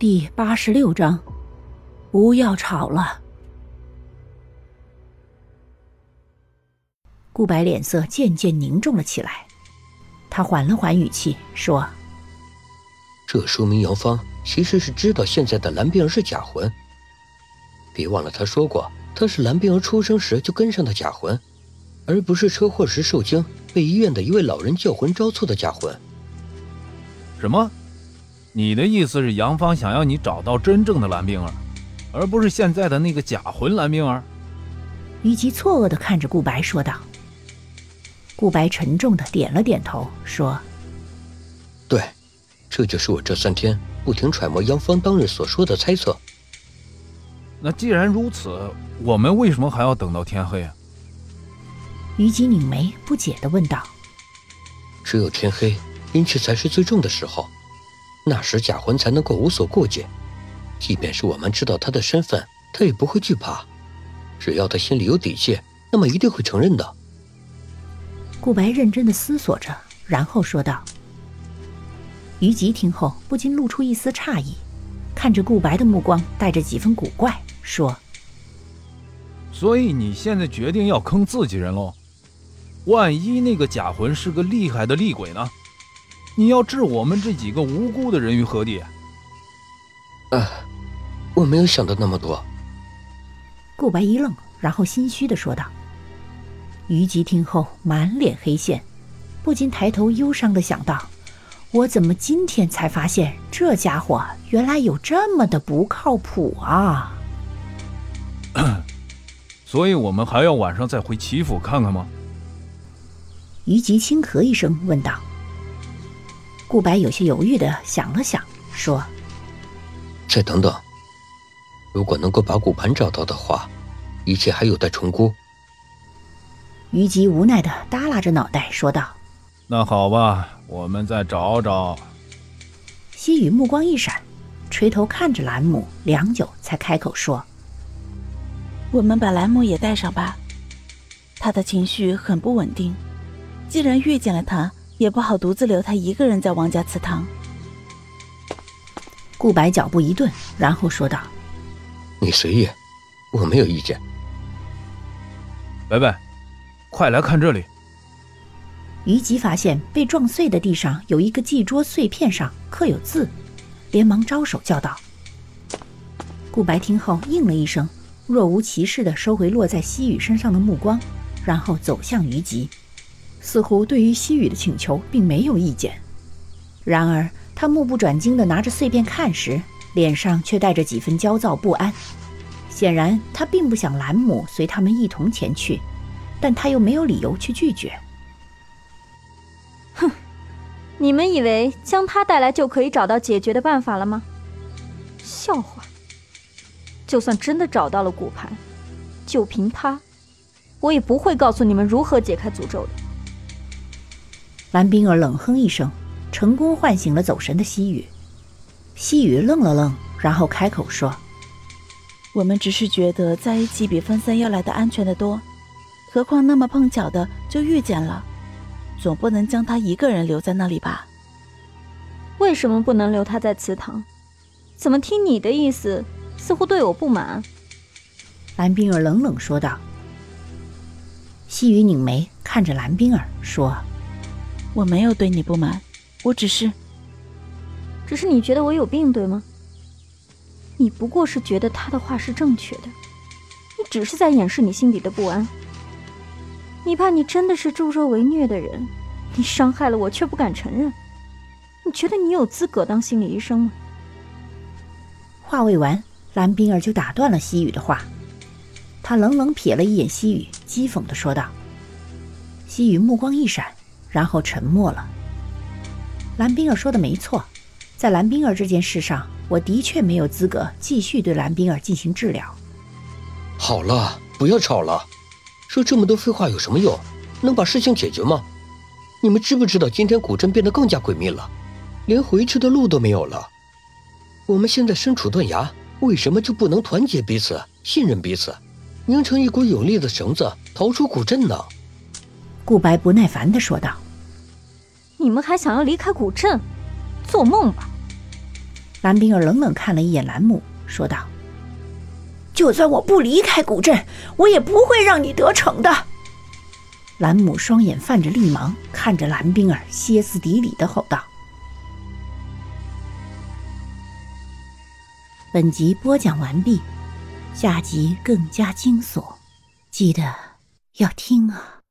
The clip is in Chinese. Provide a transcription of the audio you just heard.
第86章，不要吵了。顾白脸色渐渐凝重了起来，他缓了缓语气说： 这说明杨芳其实是知道现在的蓝冰儿是假魂。别忘了他说过，他是蓝冰儿出生时就跟上的假魂，而不是车祸时受惊被医院的一位老人叫魂招错的假魂。 什么？你的意思是杨芳想要你找到真正的蓝冰儿，而不是现在的那个假魂蓝冰儿？ 虞姬错愕地看着顾白说道。顾白沉重地点了点头说： 对，这就是我这3天不停揣摩杨芳当日所说的猜测。 那既然如此，我们为什么还要等到天黑啊？ 虞姬拧眉不解地问道。 只有天黑，阴气才是最重的时候，那时假魂才能够无所顾忌，即便是我们知道他的身份，他也不会惧怕。只要他心里有底气，那么一定会承认的。 顾白认真地思索着，然后说道。虞姬听后不禁露出一丝诧异，看着顾白的目光带着几分古怪，说： 所以你现在决定要坑自己人喽？万一那个假魂是个厉害的厉鬼呢？你要置我们这几个无辜的人于何地？ 我没有想到那么多。 顾白一愣，然后心虚地说道。虞姬听后满脸黑线，不禁抬头忧伤地想到，我怎么今天才发现这家伙原来有这么的不靠谱啊。 所以我们还要晚上再回齐府看看吗？ 虞姬轻咳一声问道。顾白有些犹豫地想了想，说： 再等等，如果能够把骨盘找到的话，一切还有待重估。 虞姬无奈地耷拉着脑袋说道。 那好吧，我们再找找。 西雨目光一闪，垂头看着兰姆，良久才开口说： 我们把兰姆也带上吧，他的情绪很不稳定，既然遇见了他，也不好独自留他一个人在王家祠堂。 顾白脚步一顿，然后说道： 你随意，我没有意见。 白白，快来看这里。 虞姬发现被撞碎的地上有一个祭桌碎片上刻有字，连忙招手叫道。顾白听后应了一声，若无其事地收回落在西雨身上的目光，然后走向虞姬，似乎对于西雨的请求并没有意见。然而他目不转睛地拿着碎片看时，脸上却带着几分焦躁不安。显然他并不想兰姆随他们一同前去，但他又没有理由去拒绝。 哼，你们以为将他带来就可以找到解决的办法了吗？笑话！就算真的找到了骨盘，就凭他，我也不会告诉你们如何解开诅咒的。 蓝冰儿冷哼一声，成功唤醒了走神的西雨。西雨愣了愣，然后开口说： 我们只是觉得在一起比分散要来的安全得多，何况那么碰巧的就遇见了，总不能将他一个人留在那里吧？ 为什么不能留他在祠堂？怎么听你的意思，似乎对我不满？ 蓝冰儿冷冷说道。西雨拧眉看着蓝冰儿说： 我没有对你不满，我只是你觉得我有病，对吗？你不过是觉得他的话是正确的，你只是在掩饰你心底的不安。你怕你真的是助纣为虐的人，你伤害了我却不敢承认。你觉得你有资格当心理医生吗？ 话未完，蓝冰儿就打断了西雨的话。他冷冷瞥了一眼西雨，讥讽地说道。西雨目光一闪，然后沉默了。蓝冰儿说的没错，在蓝冰儿这件事上，我的确没有资格继续对蓝冰儿进行治疗。 好了，不要吵了，说这么多废话有什么用？能把事情解决吗？你们知不知道今天古镇变得更加诡秘了，连回去的路都没有了。我们现在身处断崖，为什么就不能团结彼此，信任彼此，拧成一股有力的绳子，逃出古镇呢？ 顾白不耐烦地说道。 你们还想要离开古镇？做梦吧！ 蓝冰儿冷冷看了一眼兰姆，说道：“就算我不离开古镇，我也不会让你得逞的。”兰姆双眼泛着厉芒，看着蓝冰儿，歇斯底里地吼道。本集播讲完毕，下集更加惊悚，记得要听啊。